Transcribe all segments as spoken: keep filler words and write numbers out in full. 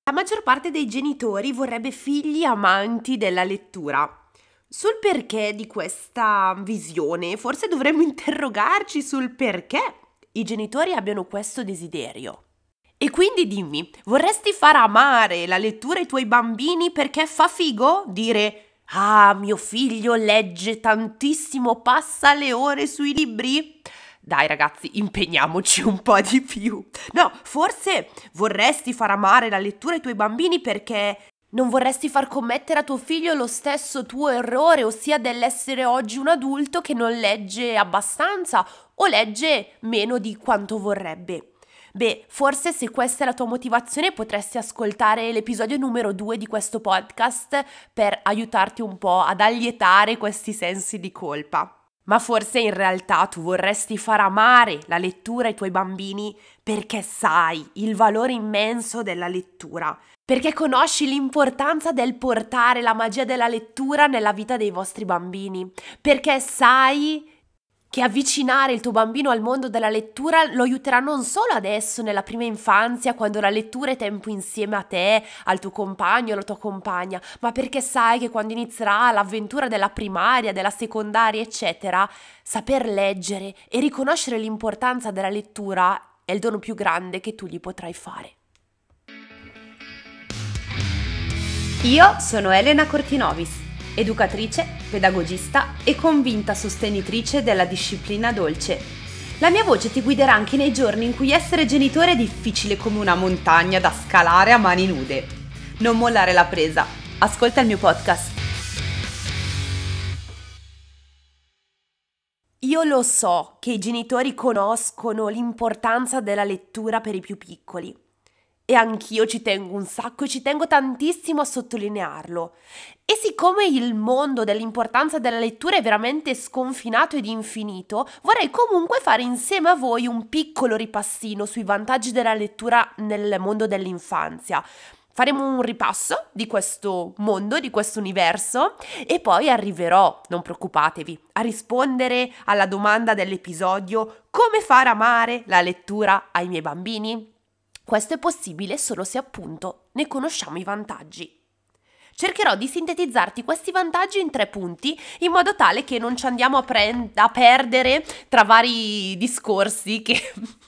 La maggior parte dei genitori vorrebbe figli amanti della lettura. Sul perché di questa visione, forse dovremmo interrogarci sul perché i genitori abbiano questo desiderio. E quindi dimmi, vorresti far amare la lettura ai tuoi bambini perché fa figo dire «Ah, mio figlio legge tantissimo, passa le ore sui libri»? Dai ragazzi, impegniamoci un po' di più. No, forse vorresti far amare la lettura ai tuoi bambini perché non vorresti far commettere a tuo figlio lo stesso tuo errore, ossia dell'essere oggi un adulto che non legge abbastanza o legge meno di quanto vorrebbe. Beh, forse se questa è la tua motivazione potresti ascoltare l'episodio numero due di questo podcast per aiutarti un po' ad allietare questi sensi di colpa. Ma forse in realtà tu vorresti far amare la lettura ai tuoi bambini perché sai il valore immenso della lettura, perché conosci l'importanza del portare la magia della lettura nella vita dei vostri bambini, perché sai che avvicinare il tuo bambino al mondo della lettura lo aiuterà non solo adesso nella prima infanzia, quando la lettura è tempo insieme a te, al tuo compagno, alla tua compagna, ma perché sai che quando inizierà l'avventura della primaria, della secondaria, eccetera, saper leggere e riconoscere l'importanza della lettura è il dono più grande che tu gli potrai fare. Io sono Elena Cortinovis, educatrice, pedagogista e convinta sostenitrice della disciplina dolce. La mia voce ti guiderà anche nei giorni in cui essere genitore è difficile come una montagna da scalare a mani nude. Non mollare la presa. Ascolta il mio podcast. Io lo so che i genitori conoscono l'importanza della lettura per i più piccoli. E anch'io ci tengo un sacco e ci tengo tantissimo a sottolinearlo. E siccome il mondo dell'importanza della lettura è veramente sconfinato ed infinito, vorrei comunque fare insieme a voi un piccolo ripassino sui vantaggi della lettura nel mondo dell'infanzia. Faremo un ripasso di questo mondo, di questo universo e poi arriverò, non preoccupatevi, a rispondere alla domanda dell'episodio: come far amare la lettura ai miei bambini? Questo è possibile solo se appunto ne conosciamo i vantaggi. Cercherò di sintetizzarti questi vantaggi in tre punti in modo tale che non ci andiamo a, pre- a perdere tra vari discorsi che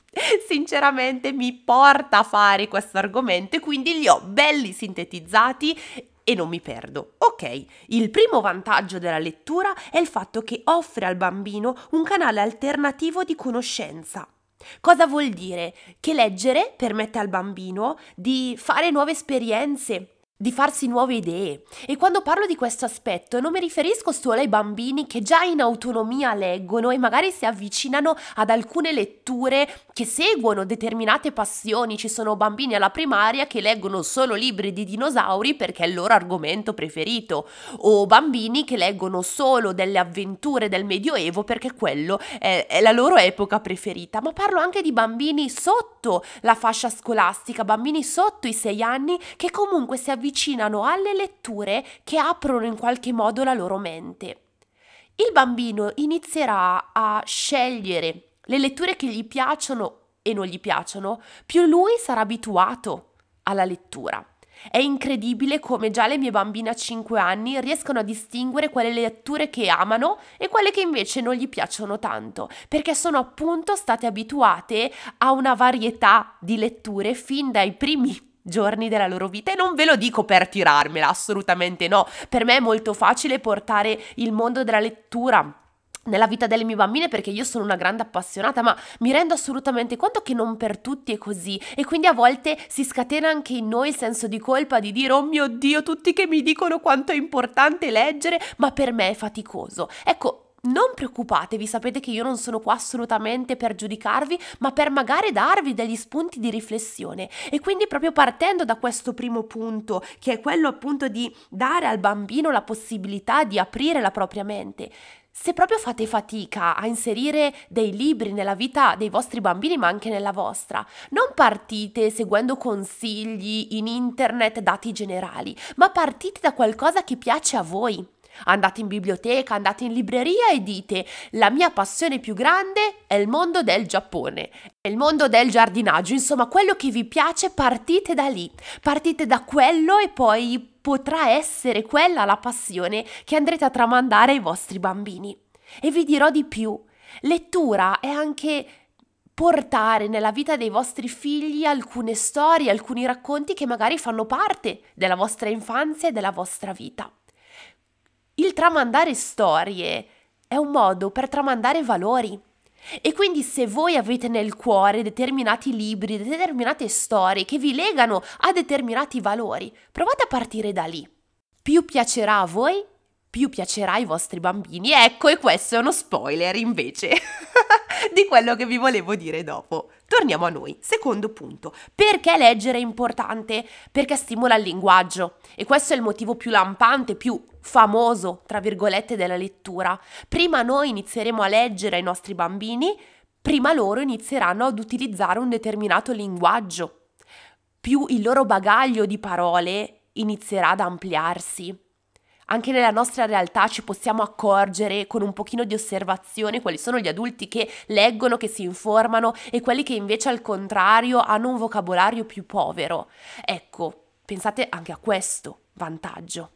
sinceramente mi porta a fare questo argomento e quindi li ho belli sintetizzati e non mi perdo. Ok, il primo vantaggio della lettura è il fatto che offre al bambino un canale alternativo di conoscenza. Cosa vuol dire? Che leggere permette al bambino di fare nuove esperienze, di farsi nuove idee. E quando parlo di questo aspetto non mi riferisco solo ai bambini che già in autonomia leggono e magari si avvicinano ad alcune letture, che seguono determinate passioni. Ci sono bambini alla primaria che leggono solo libri di dinosauri perché è il loro argomento preferito, o bambini che leggono solo delle avventure del Medioevo perché quello è, è la loro epoca preferita. Ma parlo anche di bambini sotto la fascia scolastica, bambini sotto i sei anni che comunque si avvicinano avvicinano alle letture che aprono in qualche modo la loro mente. Il bambino inizierà a scegliere le letture che gli piacciono e non gli piacciono, più lui sarà abituato alla lettura. È incredibile come già le mie bambine a cinque anni riescono a distinguere quelle letture che amano e quelle che invece non gli piacciono tanto, perché sono appunto state abituate a una varietà di letture fin dai primi giorni della loro vita. E non ve lo dico per tirarmela, assolutamente no. Per me è molto facile portare il mondo della lettura nella vita delle mie bambine perché io sono una grande appassionata, ma mi rendo assolutamente conto che non per tutti è così e quindi a volte si scatena anche in noi il senso di colpa di dire: oh mio Dio, tutti che mi dicono quanto è importante leggere, ma per me è faticoso. Ecco, non preoccupatevi, sapete che io non sono qua assolutamente per giudicarvi, ma per magari darvi degli spunti di riflessione. E quindi proprio partendo da questo primo punto, che è quello appunto di dare al bambino la possibilità di aprire la propria mente, se proprio fate fatica a inserire dei libri nella vita dei vostri bambini, ma anche nella vostra, non partite seguendo consigli in internet, dati generali, ma partite da qualcosa che piace a voi. Andate in biblioteca, andate in libreria e dite: la mia passione più grande è il mondo del Giappone, è il mondo del giardinaggio, insomma quello che vi piace, partite da lì, partite da quello e poi potrà essere quella la passione che andrete a tramandare ai vostri bambini. E vi dirò di più, lettura è anche portare nella vita dei vostri figli alcune storie, alcuni racconti che magari fanno parte della vostra infanzia e della vostra vita. Il tramandare storie è un modo per tramandare valori e quindi se voi avete nel cuore determinati libri, determinate storie che vi legano a determinati valori, provate a partire da lì. Più piacerà a voi, più piacerà ai vostri bambini. Ecco, e questo è uno spoiler invece di quello che vi volevo dire dopo. Torniamo a noi. Secondo punto. Perché leggere è importante? Perché stimola il linguaggio. E questo è il motivo più lampante, più famoso, tra virgolette, della lettura. Prima noi inizieremo a leggere ai nostri bambini, prima loro inizieranno ad utilizzare un determinato linguaggio. Più il loro bagaglio di parole inizierà ad ampliarsi. Anche nella nostra realtà ci possiamo accorgere con un pochino di osservazione quali sono gli adulti che leggono, che si informano e quelli che invece al contrario hanno un vocabolario più povero. Ecco, pensate anche a questo vantaggio.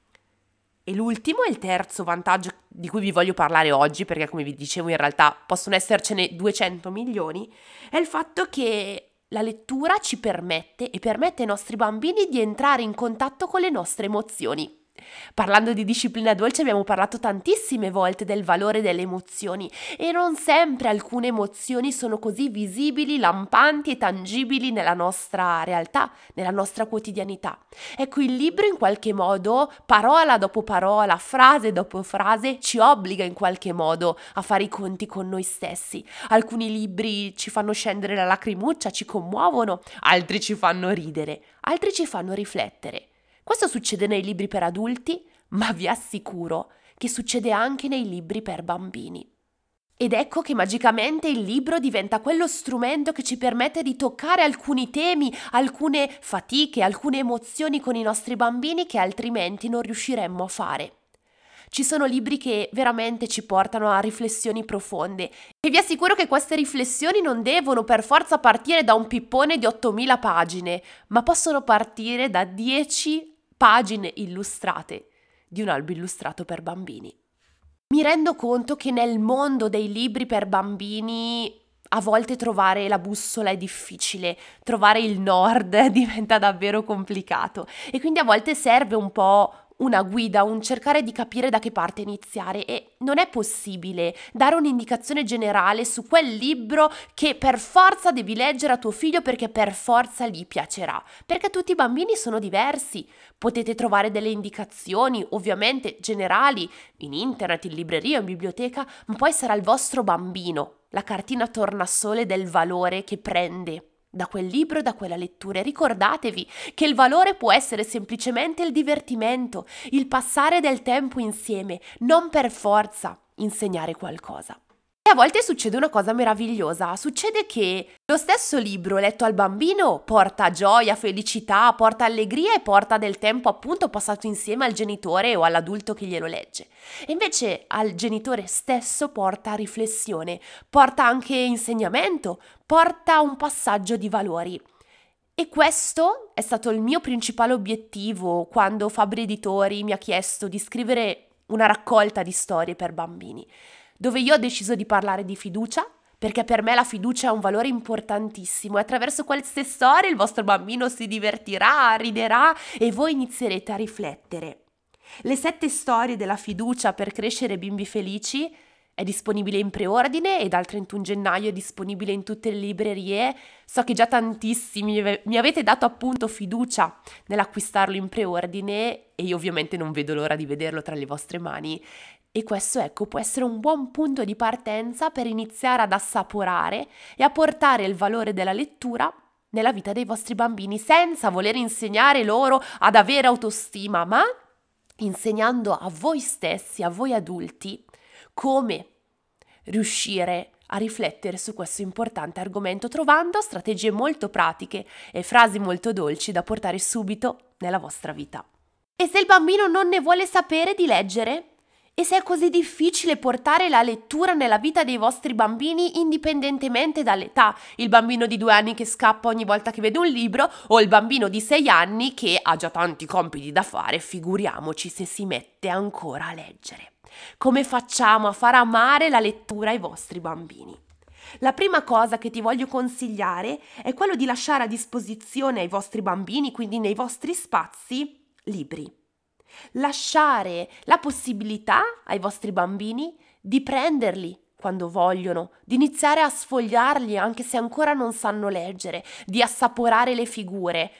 E l'ultimo e il terzo vantaggio di cui vi voglio parlare oggi, perché come vi dicevo in realtà possono essercene duecento milioni, è il fatto che la lettura ci permette e permette ai nostri bambini di entrare in contatto con le nostre emozioni. Parlando di disciplina dolce abbiamo parlato tantissime volte del valore delle emozioni e non sempre alcune emozioni sono così visibili, lampanti e tangibili nella nostra realtà, nella nostra quotidianità. Ecco, il libro in qualche modo, parola dopo parola, frase dopo frase, ci obbliga in qualche modo a fare i conti con noi stessi. Alcuni libri ci fanno scendere la lacrimuccia, ci commuovono, altri ci fanno ridere, altri ci fanno riflettere. Questo succede nei libri per adulti, ma vi assicuro che succede anche nei libri per bambini. Ed ecco che magicamente il libro diventa quello strumento che ci permette di toccare alcuni temi, alcune fatiche, alcune emozioni con i nostri bambini che altrimenti non riusciremmo a fare. Ci sono libri che veramente ci portano a riflessioni profonde e vi assicuro che queste riflessioni non devono per forza partire da un pippone di ottomila pagine, ma possono partire da dieci pagine illustrate di un albo illustrato per bambini. Mi rendo conto che nel mondo dei libri per bambini a volte trovare la bussola è difficile, trovare il nord diventa davvero complicato e quindi a volte serve un po' una guida, un cercare di capire da che parte iniziare e non è possibile dare un'indicazione generale su quel libro che per forza devi leggere a tuo figlio perché per forza gli piacerà, perché tutti i bambini sono diversi. Potete trovare delle indicazioni, ovviamente generali, in internet, in libreria, in biblioteca, ma poi sarà il vostro bambino, la cartina tornasole del valore che prende da quel libro, da quella lettura. E ricordatevi che il valore può essere semplicemente il divertimento, il passare del tempo insieme, non per forza insegnare qualcosa. E a volte succede una cosa meravigliosa, succede che lo stesso libro letto al bambino porta gioia, felicità, porta allegria e porta del tempo appunto passato insieme al genitore o all'adulto che glielo legge. E invece al genitore stesso porta riflessione, porta anche insegnamento, porta un passaggio di valori. E questo è stato il mio principale obiettivo quando Fabbri Editori mi ha chiesto di scrivere una raccolta di storie per bambini, dove io ho deciso di parlare di fiducia, perché per me la fiducia è un valore importantissimo e attraverso queste storie il vostro bambino si divertirà, riderà e voi inizierete a riflettere. Le sette storie della fiducia per crescere bimbi felici è disponibile in preordine e dal trentuno gennaio è disponibile in tutte le librerie. So che già tantissimi mi avete dato appunto fiducia nell'acquistarlo in preordine e io ovviamente non vedo l'ora di vederlo tra le vostre mani. E questo, ecco, può essere un buon punto di partenza per iniziare ad assaporare e a portare il valore della lettura nella vita dei vostri bambini, senza voler insegnare loro ad avere autostima, ma insegnando a voi stessi, a voi adulti, come riuscire a riflettere su questo importante argomento, trovando strategie molto pratiche e frasi molto dolci da portare subito nella vostra vita. E se il bambino non ne vuole sapere di leggere? E se è così difficile portare la lettura nella vita dei vostri bambini indipendentemente dall'età? Il bambino di due anni che scappa ogni volta che vede un libro o il bambino di sei anni che ha già tanti compiti da fare, figuriamoci se si mette ancora a leggere. Come facciamo a far amare la lettura ai vostri bambini? La prima cosa che ti voglio consigliare è quello di lasciare a disposizione ai vostri bambini, quindi nei vostri spazi, libri. Lasciare la possibilità ai vostri bambini di prenderli quando vogliono, di iniziare a sfogliarli anche se ancora non sanno leggere, di assaporare le figure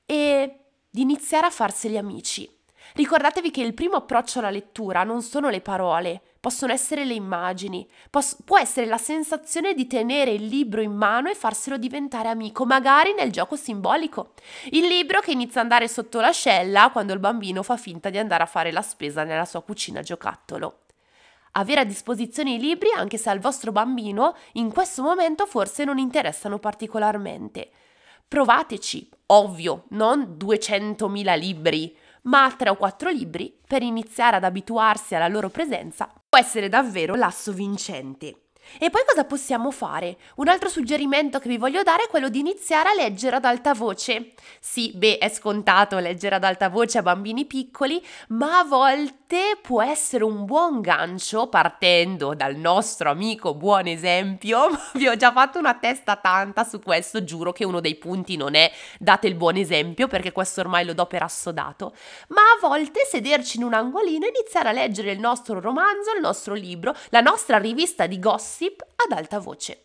e di iniziare a farseli amici. Ricordatevi che il primo approccio alla lettura non sono le parole, possono essere le immagini, Pos- può essere la sensazione di tenere il libro in mano e farselo diventare amico, magari nel gioco simbolico. Il libro che inizia ad andare sotto l'ascella quando il bambino fa finta di andare a fare la spesa nella sua cucina giocattolo. Avere a disposizione i libri anche se al vostro bambino in questo momento forse non interessano particolarmente. Provateci, ovvio, non duecentomila libri, ma tre o quattro libri per iniziare ad abituarsi alla loro presenza può essere davvero l'asso vincente. E poi cosa possiamo fare? Un altro suggerimento che vi voglio dare è quello di iniziare a leggere ad alta voce. Sì, beh, è scontato leggere ad alta voce a bambini piccoli, ma a volte può essere un buon gancio, partendo dal nostro amico buon esempio. Vi ho già fatto una testa tanta su questo, giuro che uno dei punti non è date il buon esempio, perché questo ormai lo do per assodato, ma a volte sederci in un angolino e iniziare a leggere il nostro romanzo, il nostro libro, la nostra rivista di gossip ad alta voce.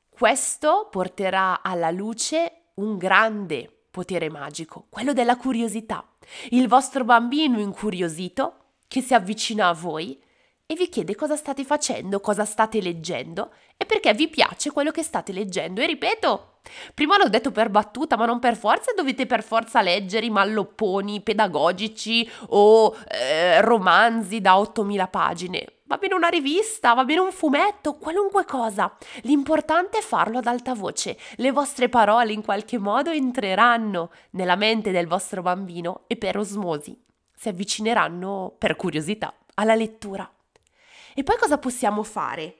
Questo porterà alla luce un grande potere magico, quello della curiosità. Il vostro bambino incuriosito che si avvicina a voi e vi chiede cosa state facendo, cosa state leggendo e perché vi piace quello che state leggendo. E ripeto, prima l'ho detto per battuta, ma non per forza dovete per forza leggere i mallopponi pedagogici o eh, romanzi da ottomila pagine. Va bene una rivista, va bene un fumetto, qualunque cosa. L'importante è farlo ad alta voce. Le vostre parole in qualche modo entreranno nella mente del vostro bambino e per osmosi si avvicineranno per curiosità alla lettura. E poi cosa possiamo fare?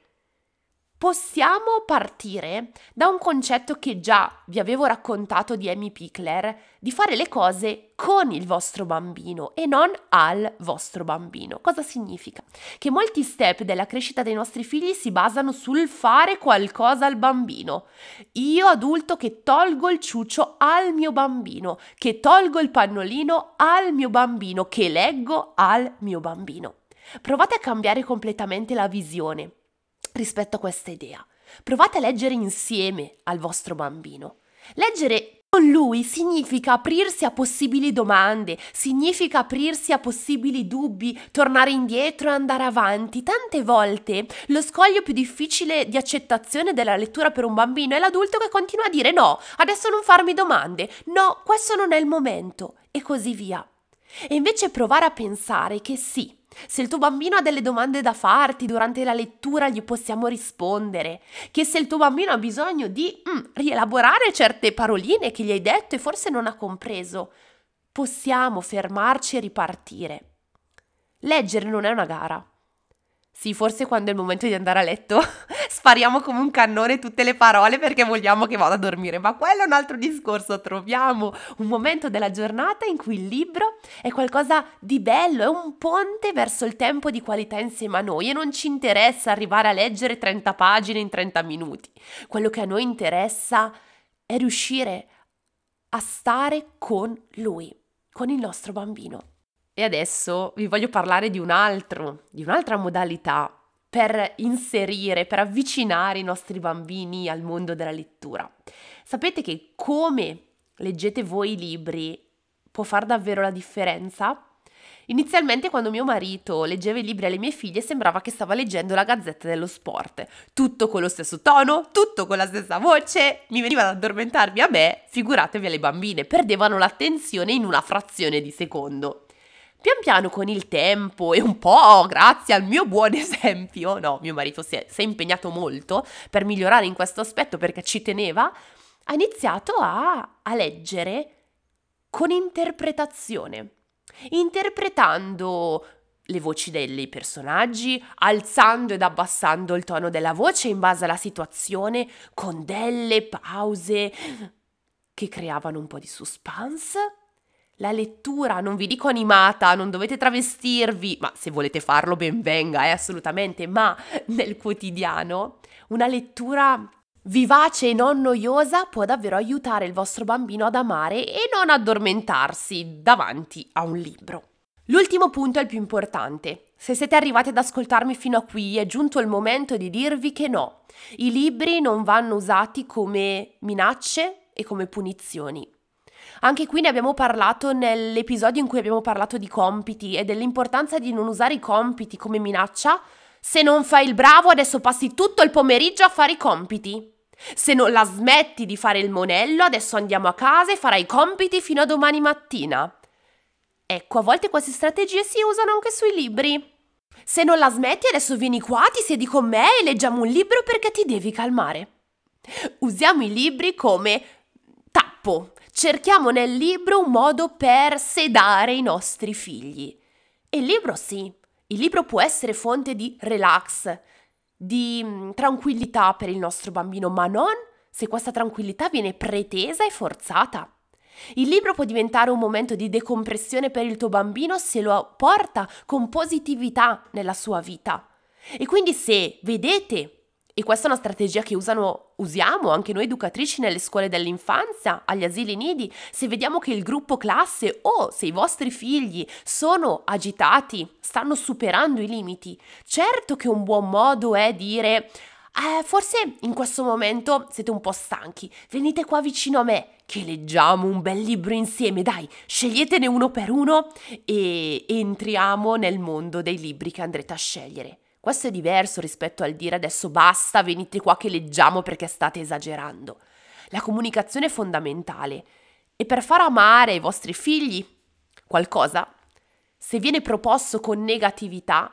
Possiamo partire da un concetto che già vi avevo raccontato di Amy Pickler, di fare le cose con il vostro bambino e non al vostro bambino. Cosa significa? Che molti step della crescita dei nostri figli si basano sul fare qualcosa al bambino. Io adulto che tolgo il ciuccio al mio bambino, che tolgo il pannolino al mio bambino, che leggo al mio bambino. Provate a cambiare completamente la visione rispetto a questa idea. Provate a leggere insieme al vostro bambino. Leggere con lui significa aprirsi a possibili domande, significa aprirsi a possibili dubbi, tornare indietro e andare avanti. Tante volte lo scoglio più difficile di accettazione della lettura per un bambino è l'adulto che continua a dire no, adesso non farmi domande, no, questo non è il momento e così via. E invece provare a pensare che sì, se il tuo bambino ha delle domande da farti durante la lettura gli possiamo rispondere, che se il tuo bambino ha bisogno di mm, rielaborare certe paroline che gli hai detto e forse non ha compreso, possiamo fermarci e ripartire. Leggere non è una gara. Sì, forse quando è il momento di andare a letto spariamo come un cannone tutte le parole perché vogliamo che vada a dormire, ma quello è un altro discorso. Troviamo un momento della giornata in cui il libro è qualcosa di bello, è un ponte verso il tempo di qualità insieme a noi e non ci interessa arrivare a leggere trenta pagine in trenta minuti. Quello che a noi interessa è riuscire a stare con lui, con il nostro bambino. E adesso vi voglio parlare di un altro, di un'altra modalità per inserire, per avvicinare i nostri bambini al mondo della lettura. Sapete che come leggete voi i libri può far davvero la differenza? Inizialmente quando mio marito leggeva i libri alle mie figlie sembrava che stava leggendo la Gazzetta dello Sport, tutto con lo stesso tono, tutto con la stessa voce, mi veniva ad addormentarmi a me, figuratevi alle bambine, perdevano l'attenzione in una frazione di secondo. Pian piano con il tempo e un po' grazie al mio buon esempio, no, mio marito si è, si è impegnato molto per migliorare in questo aspetto perché ci teneva, ha iniziato a, a leggere con interpretazione. interpretando le voci dei personaggi, alzando ed abbassando il tono della voce in base alla situazione, con delle pause che creavano un po' di suspense. La lettura, non vi dico animata, non dovete travestirvi, ma se volete farlo ben venga, eh, assolutamente, ma nel quotidiano, una lettura vivace e non noiosa può davvero aiutare il vostro bambino ad amare e non addormentarsi davanti a un libro. L'ultimo punto è il più importante. Se siete arrivati ad ascoltarmi fino a qui, è giunto il momento di dirvi che no, i libri non vanno usati come minacce e come punizioni. Anche qui ne abbiamo parlato nell'episodio in cui abbiamo parlato di compiti e dell'importanza di non usare i compiti come minaccia. Se non fai il bravo, adesso passi tutto il pomeriggio a fare i compiti. Se non la smetti di fare il monello, adesso andiamo a casa e farai i compiti fino a domani mattina. Ecco, a volte queste strategie si usano anche sui libri. Se non la smetti, adesso vieni qua, ti siedi con me e leggiamo un libro perché ti devi calmare. Usiamo i libri come tappo. Cerchiamo nel libro un modo per sedare i nostri figli. E il libro sì, il libro può essere fonte di relax, di mh, tranquillità per il nostro bambino, ma non se questa tranquillità viene pretesa e forzata. Il libro può diventare un momento di decompressione per il tuo bambino se lo porta con positività nella sua vita. E quindi se vedete, e questa è una strategia che usano, usiamo anche noi educatrici nelle scuole dell'infanzia, agli asili nidi, se vediamo che il gruppo classe o se i vostri figli sono agitati, stanno superando i limiti, certo che un buon modo è dire eh, forse in questo momento siete un po' stanchi, venite qua vicino a me che leggiamo un bel libro insieme, dai, sceglietene uno per uno e entriamo nel mondo dei libri che andrete a scegliere. Questo è diverso rispetto al dire adesso basta, venite qua che leggiamo perché state esagerando. La comunicazione è fondamentale e per far amare ai vostri figli qualcosa, se viene proposto con negatività,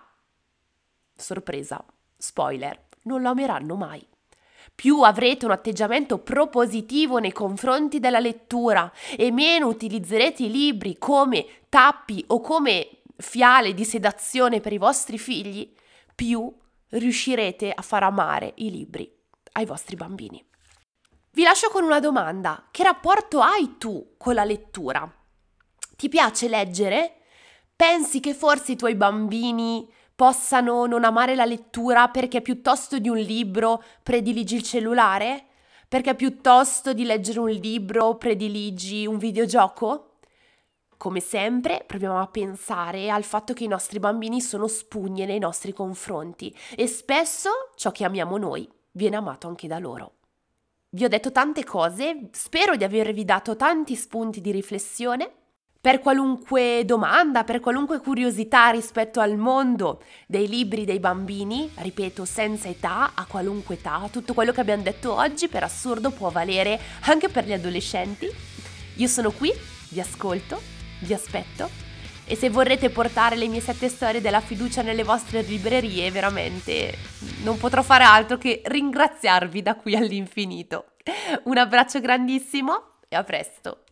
sorpresa, spoiler, non lo ameranno mai. Più avrete un atteggiamento propositivo nei confronti della lettura e meno utilizzerete i libri come tappi o come fiale di sedazione per i vostri figli, più riuscirete a far amare i libri ai vostri bambini. Vi lascio con una domanda. Che rapporto hai tu con la lettura? Ti piace leggere? Pensi che forse i tuoi bambini possano non amare la lettura perché piuttosto di un libro prediligi il cellulare? Perché piuttosto di leggere un libro prediligi un videogioco? Come sempre, proviamo a pensare al fatto che i nostri bambini sono spugne nei nostri confronti e spesso ciò che amiamo noi viene amato anche da loro. Vi ho detto tante cose, spero di avervi dato tanti spunti di riflessione. Per qualunque domanda, per qualunque curiosità rispetto al mondo dei libri dei bambini, ripeto, senza età, a qualunque età, tutto quello che abbiamo detto oggi per assurdo può valere anche per gli adolescenti. Io sono qui, vi ascolto. Vi aspetto e se vorrete portare le mie sette storie della fiducia nelle vostre librerie, veramente non potrò fare altro che ringraziarvi da qui all'infinito. Un abbraccio grandissimo e a presto!